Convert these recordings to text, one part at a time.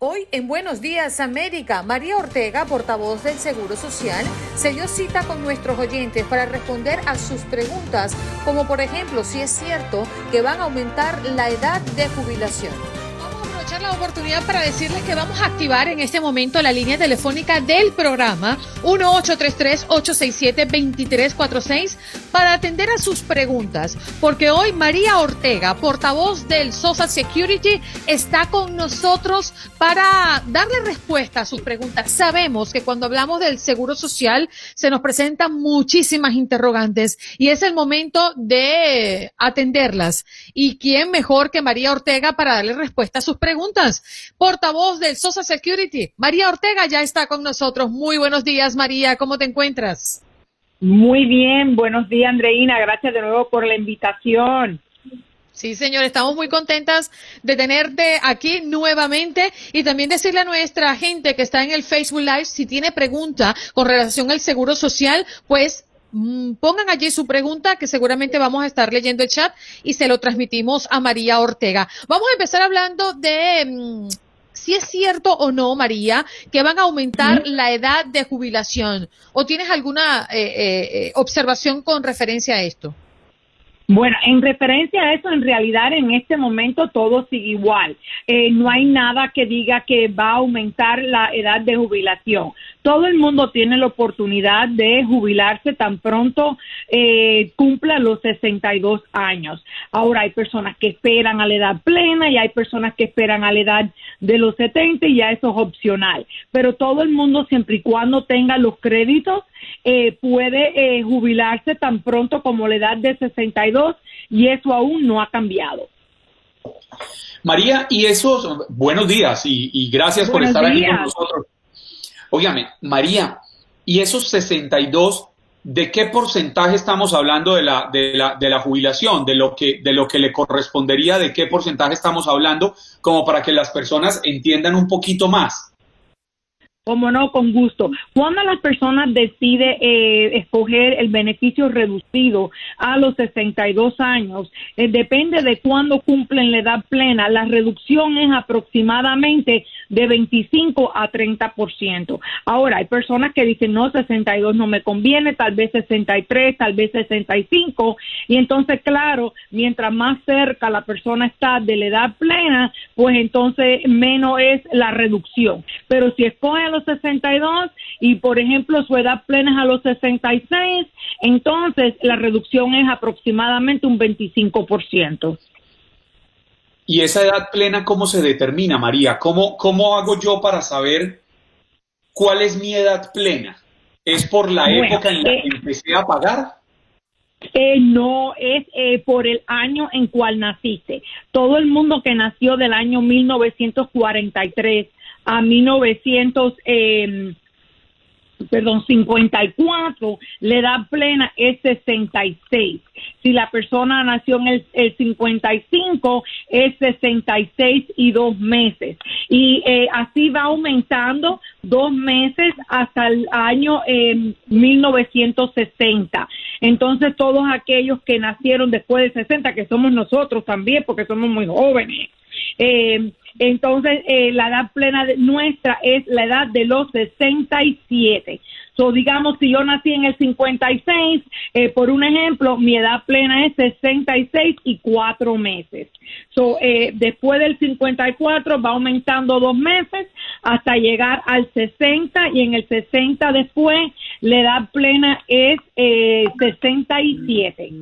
Hoy en Buenos Días América, María Ortega, portavoz del Seguro Social, se dio cita con nuestros oyentes para responder a sus preguntas, como por ejemplo si es cierto que van a aumentar la edad de jubilación. Aprovechar la oportunidad para decirles que vamos a activar en este momento la línea telefónica del programa 1-833-867-2346 para atender a sus preguntas, porque hoy María Ortega, portavoz del Social Security, está con nosotros para darle respuesta a sus preguntas. Sabemos que cuando hablamos del Seguro Social se nos presentan muchísimas interrogantes y es el momento de atenderlas. ¿Y quién mejor que María Ortega para darle respuesta a sus preguntas? Portavoz del Social Security, María Ortega ya está con nosotros. Muy buenos días, María, ¿cómo te encuentras? Muy bien, buenos días, Andreina, gracias de nuevo por la invitación. Sí, señor, estamos muy contentas de tenerte aquí nuevamente y también decirle a nuestra gente que está en el Facebook Live, si tiene pregunta con relación al Seguro Social, pues pongan allí su pregunta, que seguramente vamos a estar leyendo el chat y se lo transmitimos a María Ortega. Vamos a empezar hablando de si es cierto o no, María, que van a aumentar la edad de jubilación. ¿O tienes alguna observación con referencia a esto? Bueno, en referencia a eso, en realidad en este momento todo sigue igual. No hay nada que diga que va a aumentar la edad de jubilación. Todo el mundo tiene la oportunidad de jubilarse tan pronto cumpla los 62 años. Ahora hay personas que esperan a la edad plena y hay personas que esperan a la edad de los 70 y ya eso es opcional. Pero todo el mundo, siempre y cuando tenga los créditos, puede jubilarse tan pronto como la edad de 62 y eso aún no ha cambiado. María, y esos, buenos días y gracias por estar aquí con nosotros. Óigame, María, y esos 62, ¿de qué porcentaje estamos hablando de la jubilación? De lo que le correspondería, ¿de qué porcentaje estamos hablando? Como para que las personas entiendan un poquito más. Como no, con gusto. Cuando las personas deciden escoger el beneficio reducido a los 62 años, depende de cuándo cumplen la edad plena. La reducción es aproximadamente de 25 a 30%. Ahora, hay personas que dicen, no, 62 no me conviene, tal vez 63, tal vez 65, y entonces, claro, mientras más cerca la persona está de la edad plena, pues entonces menos es la reducción. Pero si escoge a los 62 y, por ejemplo, su edad plena es a los 66, entonces la reducción es aproximadamente un 25%. ¿Y esa edad plena cómo se determina, María? ¿Cómo hago yo para saber cuál es mi edad plena? ¿Es por la época en la que empecé a pagar? No, es por el año en cual naciste. Todo el mundo que nació del año 1943 a 54, la edad plena es 66. Si la persona nació en el 55, es 66 y 2 meses. Y así va aumentando 2 meses hasta el año 1960. Entonces, todos aquellos que nacieron después de 60, que somos nosotros también, porque somos muy jóvenes, entonces la edad plena nuestra es la edad de los 67. So, digamos, si yo nací en el 56, por un ejemplo, mi edad plena es 66 y 4 meses. So, después del 54 va aumentando 2 meses hasta llegar al 60, y en el 60 después la edad plena es 67.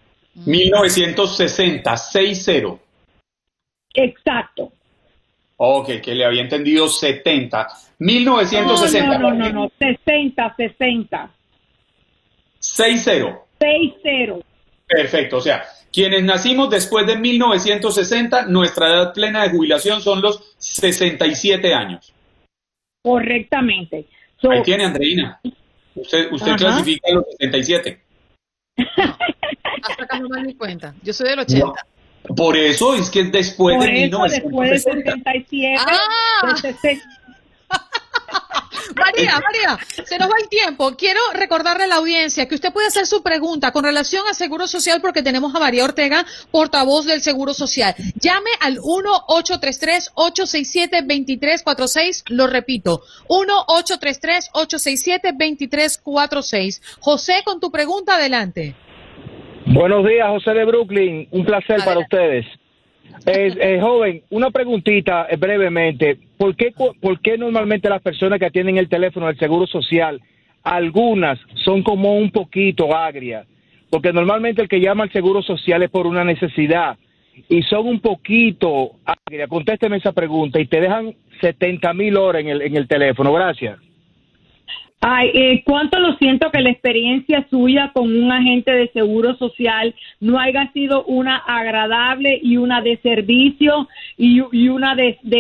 1960, 60. Exacto. Ok, que le había entendido 70. 1960. No, 60. 60. 60. Perfecto, o sea, quienes nacimos después de 1960, nuestra edad plena de jubilación son los 67 años. Correctamente. Ahí tiene, Andreina. Usted clasifica los 67. Hasta acá no me di cuenta. Yo soy del 80. No. Por eso es que después de 1960. Después del 67. María, se nos va el tiempo. Quiero recordarle a la audiencia que usted puede hacer su pregunta con relación al Seguro Social porque tenemos a María Ortega, portavoz del Seguro Social. Llame al 1-833-867-2346. Lo repito, 1-833-867-2346. José, con tu pregunta, adelante. Buenos días, José de Brooklyn. Un placer para ustedes. Joven, una preguntita brevemente. ¿Por qué normalmente las personas que atienden el teléfono del Seguro Social, algunas son como un poquito agrias? Porque normalmente el que llama al Seguro Social es por una necesidad y son un poquito agrias. Contésteme esa pregunta y te dejan 70,000 horas en el teléfono. Gracias. Ay, cuánto lo siento que la experiencia suya con un agente de Seguro Social no haya sido una agradable y una de servicio y una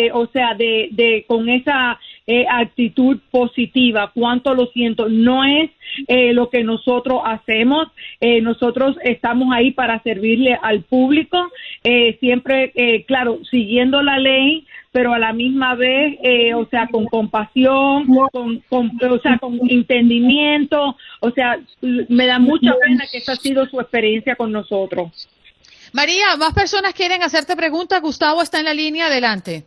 de con esa actitud positiva. Cuánto lo siento. No es lo que nosotros hacemos. Nosotros estamos ahí para servirle al público, siempre, claro, siguiendo la ley, pero a la misma vez, con compasión, con entendimiento. Me da mucha pena que esa ha sido su experiencia con nosotros. María, más personas quieren hacerte preguntas. Gustavo está en la línea, adelante.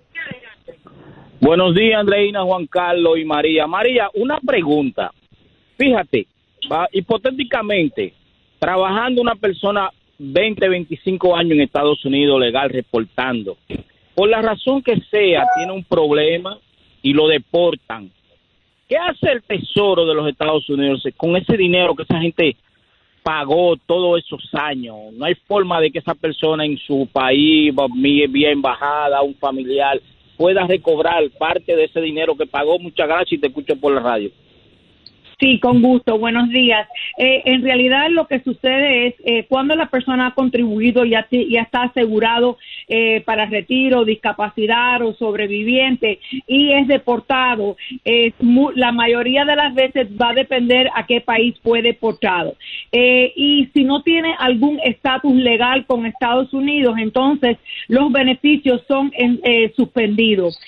Buenos días, Andreina, Juan Carlos y María. María, una pregunta. Fíjate, hipotéticamente, trabajando una persona 20, 25 años en Estados Unidos legal reportando, por la razón que sea, tiene un problema y lo deportan. ¿Qué hace el Tesoro de los Estados Unidos con ese dinero que esa gente pagó todos esos años? No hay forma de que esa persona en su país, vía embajada, un familiar, pueda recobrar parte de ese dinero que pagó. Muchas gracias y te escucho por la radio. Sí, con gusto. Buenos días. En realidad lo que sucede es cuando la persona ha contribuido y ya está asegurado para retiro, discapacidad o sobreviviente y es deportado, la mayoría de las veces va a depender a qué país fue deportado. Y si no tiene algún estatus legal con Estados Unidos, entonces los beneficios son suspendidos.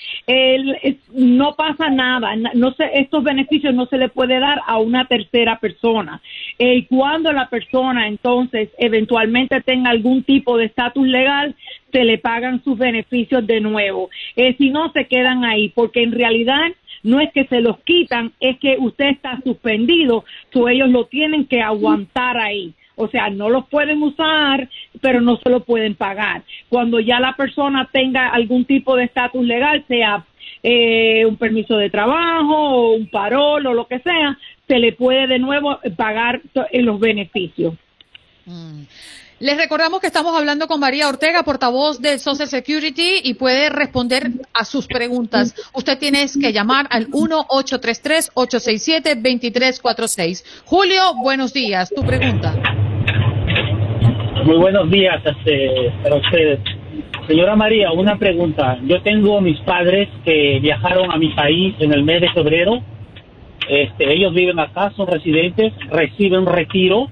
No pasa nada. Estos beneficios no se le puede dar a una tercera persona. Cuando la persona entonces eventualmente tenga algún tipo de estatus legal, se le pagan sus beneficios de nuevo. Si no, se quedan ahí, porque en realidad no es que se los quitan, es que usted está suspendido, ellos lo tienen que aguantar ahí. O sea, no los pueden usar, pero no se lo pueden pagar. Cuando ya la persona tenga algún tipo de estatus legal, sea un permiso de trabajo o un parol o lo que sea, se le puede de nuevo pagar los beneficios. Les recordamos que estamos hablando con María Ortega, portavoz de Social Security, y puede responder a sus preguntas. Usted tiene que llamar al 1-833-867-2346. Julio, buenos días. Tu pregunta. Muy buenos días para ustedes. Señora María, una pregunta. Yo tengo mis padres que viajaron a mi país en el mes de febrero. Ellos viven acá, son residentes, reciben retiro.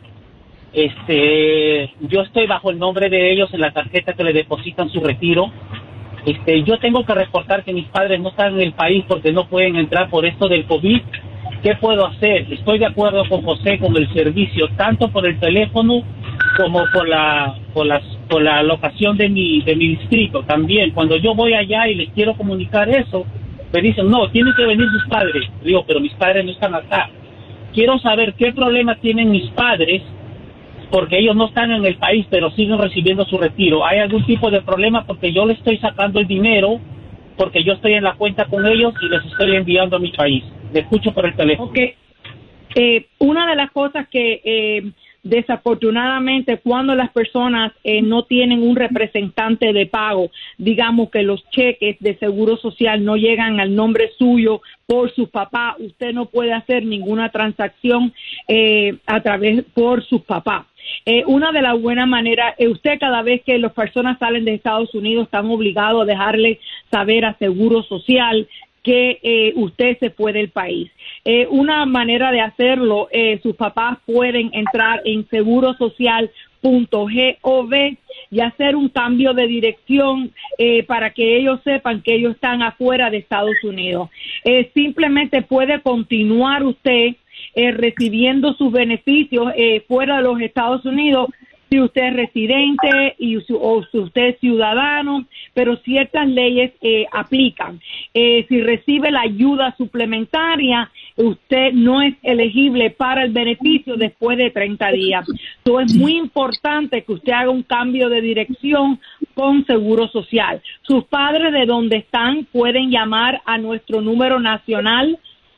Yo estoy bajo el nombre de ellos en la tarjeta que le depositan su retiro. Yo tengo que reportar que mis padres no están en el país porque no pueden entrar por esto del COVID. ¿Qué puedo hacer? Estoy de acuerdo con José con el servicio, tanto por el teléfono como por la locación de mi distrito. También, cuando yo voy allá y les quiero comunicar eso, me dicen, no, tienen que venir sus padres. Digo, pero mis padres no están acá. Quiero saber qué problema tienen mis padres, porque ellos no están en el país, pero siguen recibiendo su retiro. ¿Hay algún tipo de problema? Porque yo les estoy sacando el dinero, porque yo estoy en la cuenta con ellos y les estoy enviando a mi país. Le escucho por el teléfono. Okay. Una de las cosas que desafortunadamente cuando las personas no tienen un representante de pago, digamos que los cheques de Seguro Social no llegan al nombre suyo por su papá, usted no puede hacer ninguna transacción por sus papás. Una de las buenas maneras, usted cada vez que las personas salen de Estados Unidos están obligados a dejarle saber a Seguro Social que usted se fue del país. Una manera de hacerlo, sus papás pueden entrar en segurosocial.gov y hacer un cambio de dirección para que ellos sepan que ellos están afuera de Estados Unidos. Simplemente puede continuar usted recibiendo sus beneficios fuera de los Estados Unidos si usted es residente o si usted es ciudadano, pero ciertas leyes aplican. Si recibe la ayuda suplementaria, usted no es elegible para el beneficio después de 30 días. Entonces es muy importante que usted haga un cambio de dirección con Seguro Social. Sus padres de donde están pueden llamar a nuestro número nacional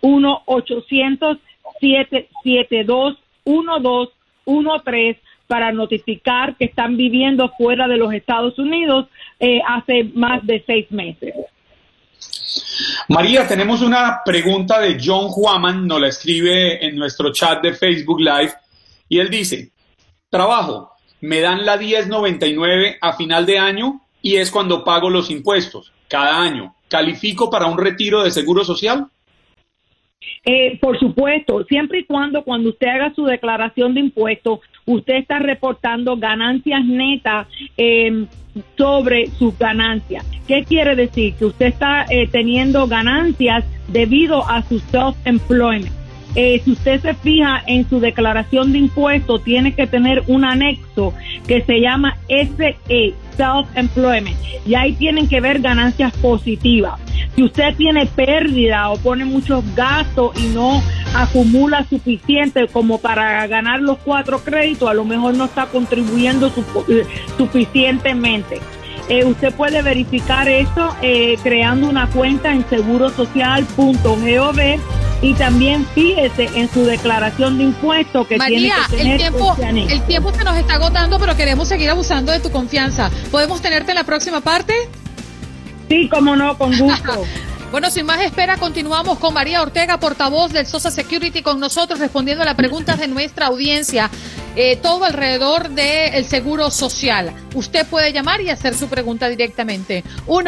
1-800-772-1213 para notificar que están viviendo fuera de los Estados Unidos hace más de 6 meses. María, tenemos una pregunta de John Juaman, nos la escribe en nuestro chat de Facebook Live, y él dice: trabajo, me dan la 1099 a final de año y es cuando pago los impuestos cada año. ¿Califico para un retiro de Seguro Social? Por supuesto, siempre y cuando usted haga su declaración de impuestos, usted está reportando ganancias netas sobre sus ganancias. ¿Qué quiere decir? Que usted está teniendo ganancias debido a su self-employment. Si usted se fija en su declaración de impuestos, tiene que tener un anexo que se llama SE, Self-Employment, y ahí tienen que ver ganancias positivas. Si usted tiene pérdida o pone muchos gastos y no acumula suficiente como para ganar los 4 créditos, a lo mejor no está contribuyendo suficientemente. Usted puede verificar eso creando una cuenta en segurosocial.gov y también fíjese en su declaración de impuestos que María, tiene que tener el tiempo se nos está agotando, pero queremos seguir abusando de tu confianza. ¿Podemos tenerte en la próxima parte? Sí, cómo no, con gusto. Bueno, sin más espera, continuamos con María Ortega, portavoz del Social Security, con nosotros respondiendo a las preguntas de nuestra audiencia, todo alrededor del seguro social. Usted puede llamar y hacer su pregunta directamente.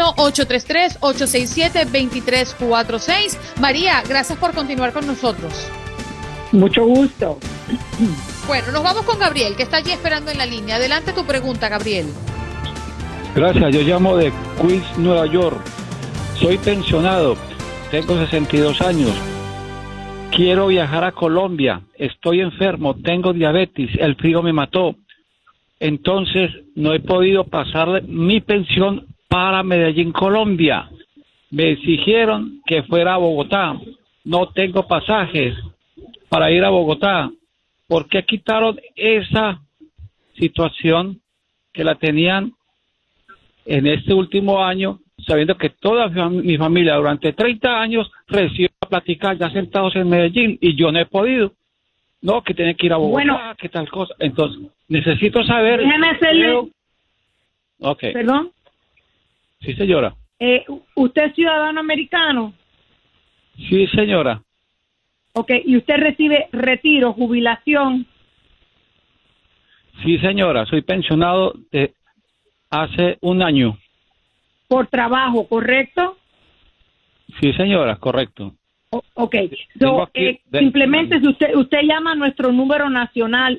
1-833-867-2346. María, gracias por continuar con nosotros. Mucho gusto. Bueno, nos vamos con Gabriel, que está allí esperando en la línea. Adelante tu pregunta, Gabriel. Gracias, yo llamo de Queens, Nueva York. Soy pensionado, tengo 62 años. Quiero viajar a Colombia, estoy enfermo, tengo diabetes, el frío me mató. Entonces no he podido pasar mi pensión para Medellín, Colombia. Me exigieron que fuera a Bogotá. No tengo pasajes para ir a Bogotá. ¿Por qué quitaron esa situación que la tenían en este último año, sabiendo que toda mi familia durante 30 años recibió a platicar ya sentados en Medellín y yo no he podido? No, que tiene que ir a Bogotá, bueno, que tal cosa. Entonces, necesito saber... Déjeme hacerle... Okay. ¿Perdón? Sí, señora. ¿Usted es ciudadano americano? Sí, señora. Ok, ¿y usted recibe retiro, jubilación? Sí, señora, soy pensionado de hace un año. ¿Por trabajo, correcto? Sí, señora, correcto. Ok, simplemente si usted llama a nuestro número nacional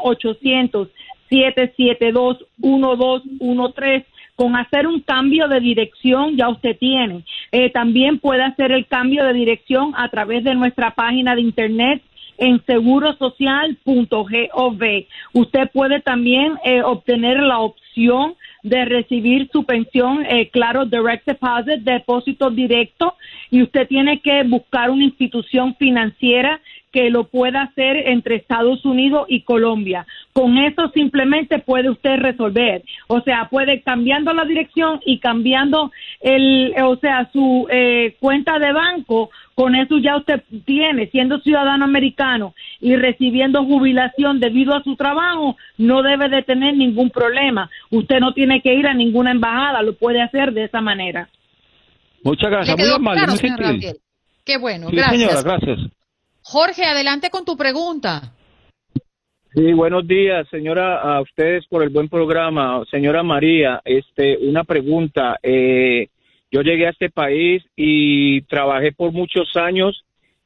1-800-772-1213, con hacer un cambio de dirección ya usted tiene. También puede hacer el cambio de dirección a través de nuestra página de internet en segurosocial.gov. Usted puede también obtener la opción de recibir su pensión, claro, direct deposit, depósito directo, y usted tiene que buscar una institución financiera que lo pueda hacer entre Estados Unidos y Colombia. Con eso simplemente puede usted resolver. O sea, puede cambiando la dirección y cambiando su cuenta de banco. Con eso ya usted tiene, siendo ciudadano americano y recibiendo jubilación debido a su trabajo, no debe de tener ningún problema. Usted no tiene que ir a ninguna embajada, lo puede hacer de esa manera. Muchas gracias. Muy amable, claro, señor Gabriel. Qué bueno, sí, gracias. Señora, gracias. Jorge, adelante con tu pregunta. Sí, buenos días, señora, a ustedes por el buen programa. Señora María, una pregunta. Yo llegué a este país y trabajé por muchos años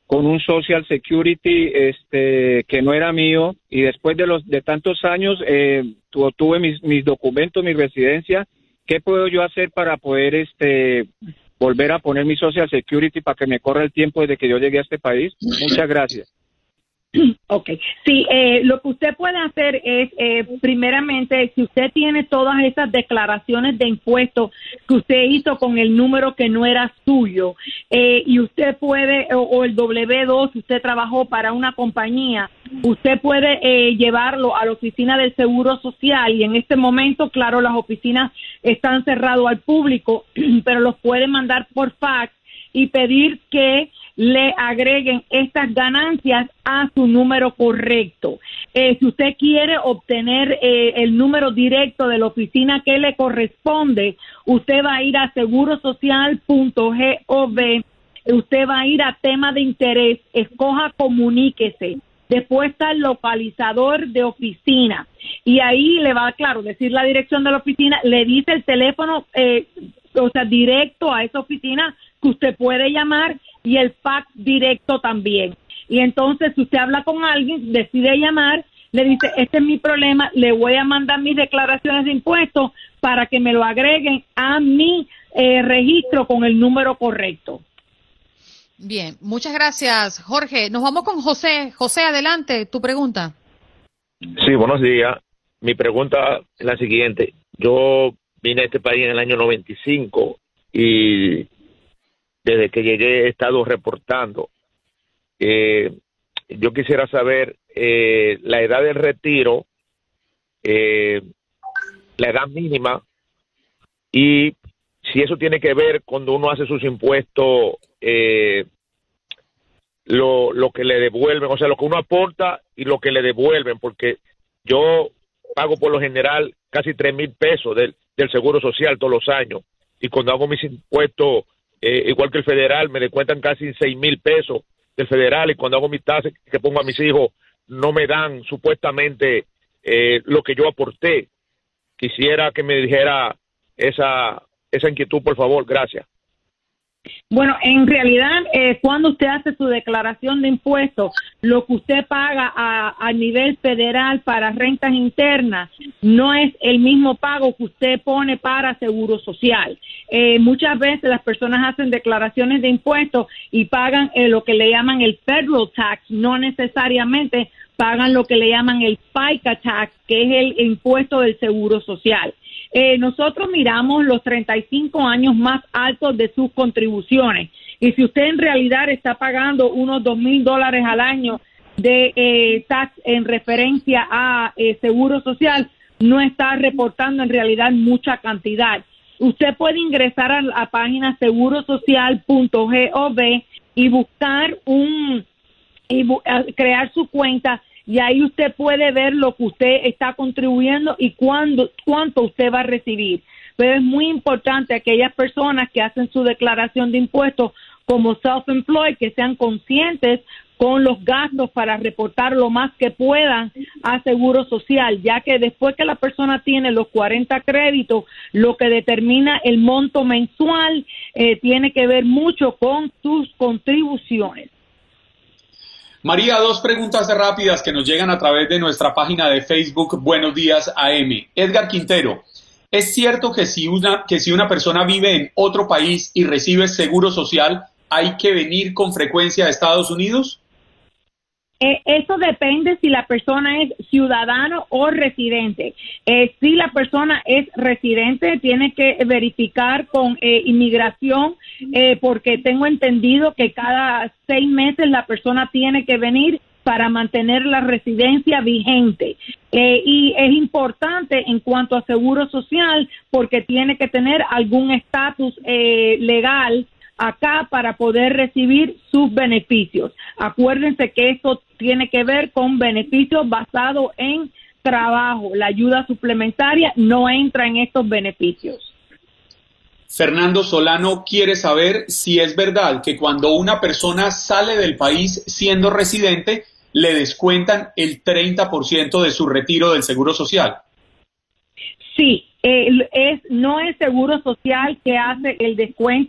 con un Social Security que no era mío, y después de tantos años tuve mis documentos, mi residencia. ¿Qué puedo yo hacer para poder volver a poner mi Social Security para que me corra el tiempo desde que yo llegué a este país? Muchas gracias. Ok, sí, lo que usted puede hacer es, primeramente, si usted tiene todas esas declaraciones de impuestos que usted hizo con el número que no era suyo, y usted puede, o el W2, si usted trabajó para una compañía, usted puede llevarlo a la oficina del Seguro Social, y en este momento, claro, las oficinas están cerradas al público, pero los puede mandar por fax y pedir que le agreguen estas ganancias a su número correcto. Si usted quiere obtener el número directo de la oficina que le corresponde, usted va a ir a segurosocial.gov, usted va a ir a tema de interés, escoja comuníquese. Después está el localizador de oficina, y ahí le va a, claro, decir la dirección de la oficina, le dice el teléfono, directo a esa oficina que usted puede llamar, y el fax directo también. Y entonces, si usted habla con alguien, decide llamar, le dice, este es mi problema, le voy a mandar mis declaraciones de impuestos para que me lo agreguen a mi registro con el número correcto. Bien, muchas gracias, Jorge. Nos vamos con José. José, adelante, tu pregunta. Sí, buenos días. Mi pregunta es la siguiente. Yo vine a este país en el año 95 y desde que llegué he estado reportando. Yo quisiera saber la edad del retiro, la edad mínima, y si eso tiene que ver cuando uno hace sus impuestos, lo que le devuelven, o sea, lo que uno aporta y lo que le devuelven, porque yo pago por lo general casi 3,000 pesos del Seguro Social todos los años, y cuando hago mis impuestos, igual que el federal, me descuentan casi 6,000 pesos del federal, y cuando hago mis tasas que pongo a mis hijos, no me dan supuestamente lo que yo aporté. Quisiera que me dijera esa inquietud, por favor. Gracias. Bueno, en realidad, cuando usted hace su declaración de impuestos, lo que usted paga a nivel federal para rentas internas no es el mismo pago que usted pone para Seguro Social. Muchas veces las personas hacen declaraciones de impuestos y pagan lo que le llaman el federal tax, no necesariamente pagan lo que le llaman el FICA tax, que es el impuesto del Seguro Social. Nosotros miramos los 35 años más altos de sus contribuciones, y si usted en realidad está pagando unos $2,000 al año de tax en referencia a Seguro Social, no está reportando en realidad mucha cantidad. Usted puede ingresar a la página segurosocial.gov y buscar crear su cuenta, y ahí usted puede ver lo que usted está contribuyendo y cuánto usted va a recibir. Pero es muy importante aquellas personas que hacen su declaración de impuestos como self-employed, que sean conscientes con los gastos para reportar lo más que puedan a Seguro Social, ya que después que la persona tiene los 40 créditos, lo que determina el monto mensual tiene que ver mucho con sus contribuciones. María, dos preguntas rápidas que nos llegan a través de nuestra página de Facebook, Buenos Días AM. Edgar Quintero, ¿es cierto que si una persona vive en otro país y recibe Seguro Social, hay que venir con frecuencia a Estados Unidos? Eso depende si la persona es ciudadano o residente. Si la persona es residente, tiene que verificar con inmigración, porque tengo entendido que cada 6 meses la persona tiene que venir para mantener la residencia vigente. Y es importante en cuanto a Seguro Social, porque tiene que tener algún estatus legal acá para poder recibir sus beneficios. Acuérdense que esto tiene que ver con beneficios basados en trabajo. La ayuda suplementaria no entra en estos beneficios. Fernando Solano quiere saber si es verdad que cuando una persona sale del país siendo residente, le descuentan el 30% de su retiro del Seguro Social. Sí. No es Seguro Social que hace el descuento.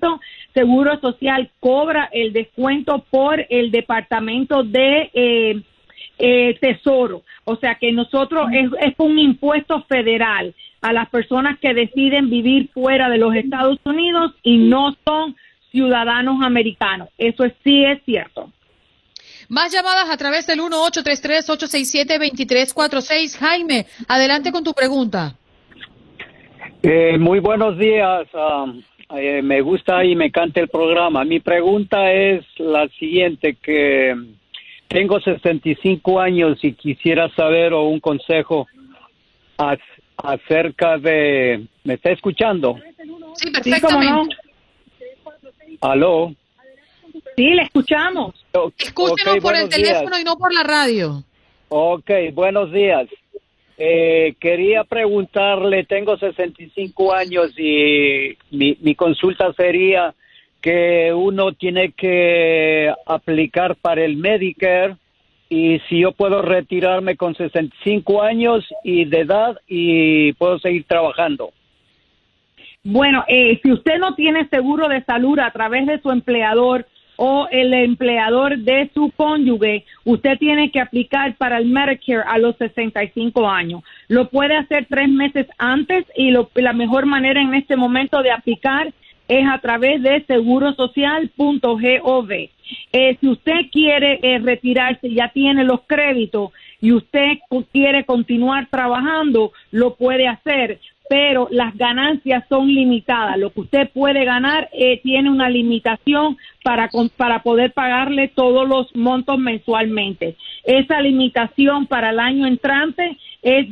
Seguro Social cobra el descuento por el Departamento de Tesoro. O sea que nosotros es un impuesto federal a las personas que deciden vivir fuera de los Estados Unidos y no son ciudadanos americanos. Eso sí es cierto. Más llamadas a través del 1-833-867-2346. Jaime, adelante con tu pregunta. Muy buenos días. Me gusta y me encanta el programa. Mi pregunta es la siguiente, que tengo 65 años y quisiera saber un consejo acerca de... ¿Me está escuchando? Sí, perfectamente. Sí, ¿Aló? Sí, le escuchamos. Escúchenos por el teléfono y no por la radio. Ok, buenos días. Quería preguntarle, tengo 65 años y mi consulta sería que uno tiene que aplicar para el Medicare y si yo puedo retirarme con 65 años y de edad y puedo seguir trabajando. Bueno, si usted no tiene seguro de salud a través de su empleador o el empleador de su cónyuge, usted tiene que aplicar para el Medicare a los 65 años. Lo puede hacer 3 meses antes y la mejor manera en este momento de aplicar es a través de segurosocial.gov. Si usted quiere retirarse, ya tiene los créditos y usted quiere continuar trabajando, lo puede hacer, pero las ganancias son limitadas. Lo que usted puede ganar tiene una limitación para poder pagarle todos los montos mensualmente. Esa limitación para el año entrante es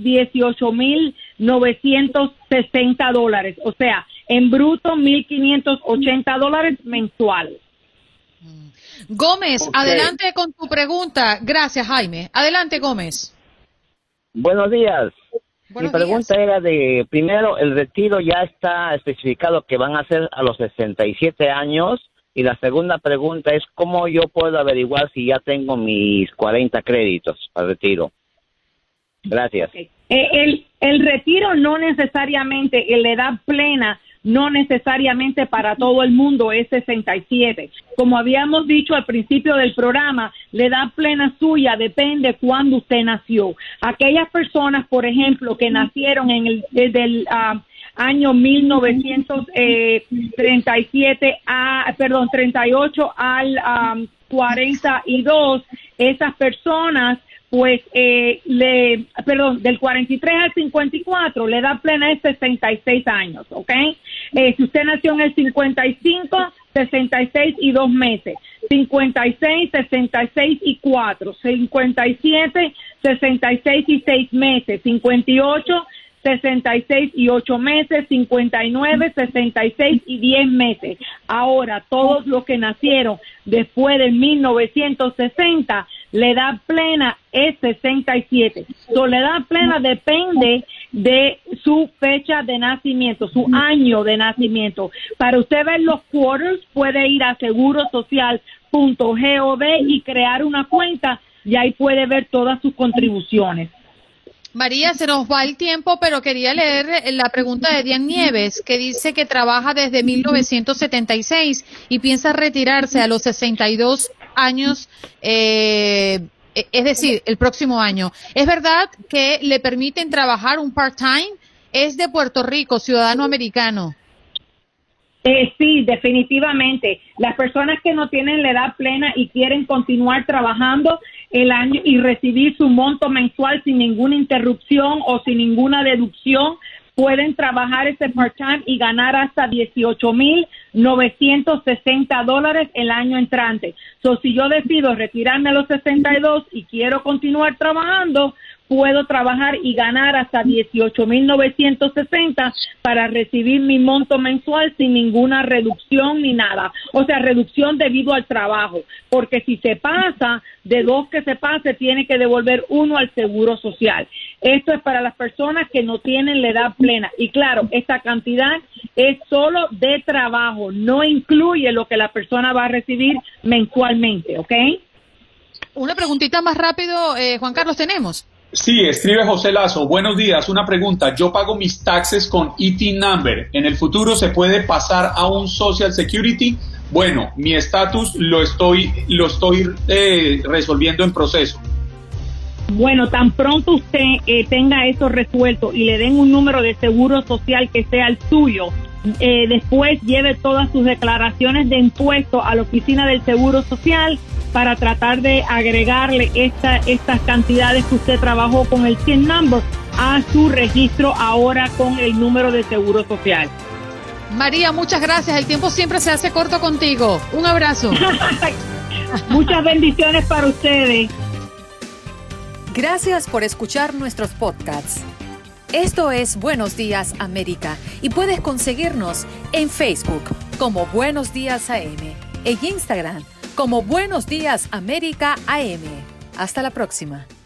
$18,960, o sea, en bruto $1,580 mensual. Gómez, okay. Adelante con tu pregunta. Gracias, Jaime. Adelante, Gómez. Buenos días. Mi pregunta era de, primero, el retiro ya está especificado que van a ser a los 67 años. Y la segunda pregunta es, ¿cómo yo puedo averiguar si ya tengo mis 40 créditos para retiro? Gracias. Okay. El retiro no necesariamente, la edad plena, no necesariamente para todo el mundo es 67. Como habíamos dicho al principio del programa, la edad plena suya depende cuándo usted nació. Aquellas personas, por ejemplo, que nacieron desde el año 1937 38 al 42, esas personas pues del 43 al 54, la edad plena es 66 años, ¿ok? Si usted nació en el 55, 66 y 2 meses, 56, 66 y 4, 57, 66 y 6 meses, 58, 66 y 8 meses, 59, 66 y 10 meses. Ahora, todos los que nacieron después de 1960, la edad plena es 67. La edad plena depende de su fecha de nacimiento, su año de nacimiento. Para usted ver los quarters, puede ir a segurosocial.gov y crear una cuenta y ahí puede ver todas sus contribuciones. María, se nos va el tiempo, pero quería leer la pregunta de Dian Nieves, que dice que trabaja desde 1976 y piensa retirarse a los 62 años, es decir, el próximo año. ¿Es verdad que le permiten trabajar un part-time? Es de Puerto Rico, ciudadano americano. Sí, definitivamente. Las personas que no tienen la edad plena y quieren continuar trabajando el año y recibir su monto mensual sin ninguna interrupción o sin ninguna deducción, pueden trabajar ese part-time y ganar hasta $18,960 el año entrante. Si yo decido retirarme a los 62 y quiero continuar trabajando, puedo trabajar y ganar hasta $18,960 para recibir mi monto mensual sin ninguna reducción ni nada. O sea, reducción debido al trabajo, porque si se pasa, de 2 que se pase, tiene que devolver 1 al Seguro Social. Esto es para las personas que no tienen la edad plena. Y claro, esta cantidad es solo de trabajo, no incluye lo que la persona va a recibir mensualmente, ¿ok? Una preguntita más rápido, Juan Carlos, ¿tenemos? Sí, escribe José Lazo. Buenos días, una pregunta. Yo pago mis taxes con ITIN number. ¿En el futuro se puede pasar a un Social Security? Bueno, mi estatus lo estoy resolviendo en proceso. Bueno, tan pronto usted tenga eso resuelto y le den un número de seguro social que sea el suyo, después lleve todas sus declaraciones de impuestos a la oficina del Seguro Social para tratar de agregarle estas cantidades que usted trabajó con el TIN number a su registro ahora con el número de Seguro Social. María, muchas gracias. El tiempo siempre se hace corto contigo. Un abrazo. Muchas bendiciones para ustedes. Gracias por escuchar nuestros podcasts. Esto es Buenos Días América y puedes conseguirnos en Facebook como Buenos Días AM, en Instagram como Buenos Días América AM. Hasta la próxima.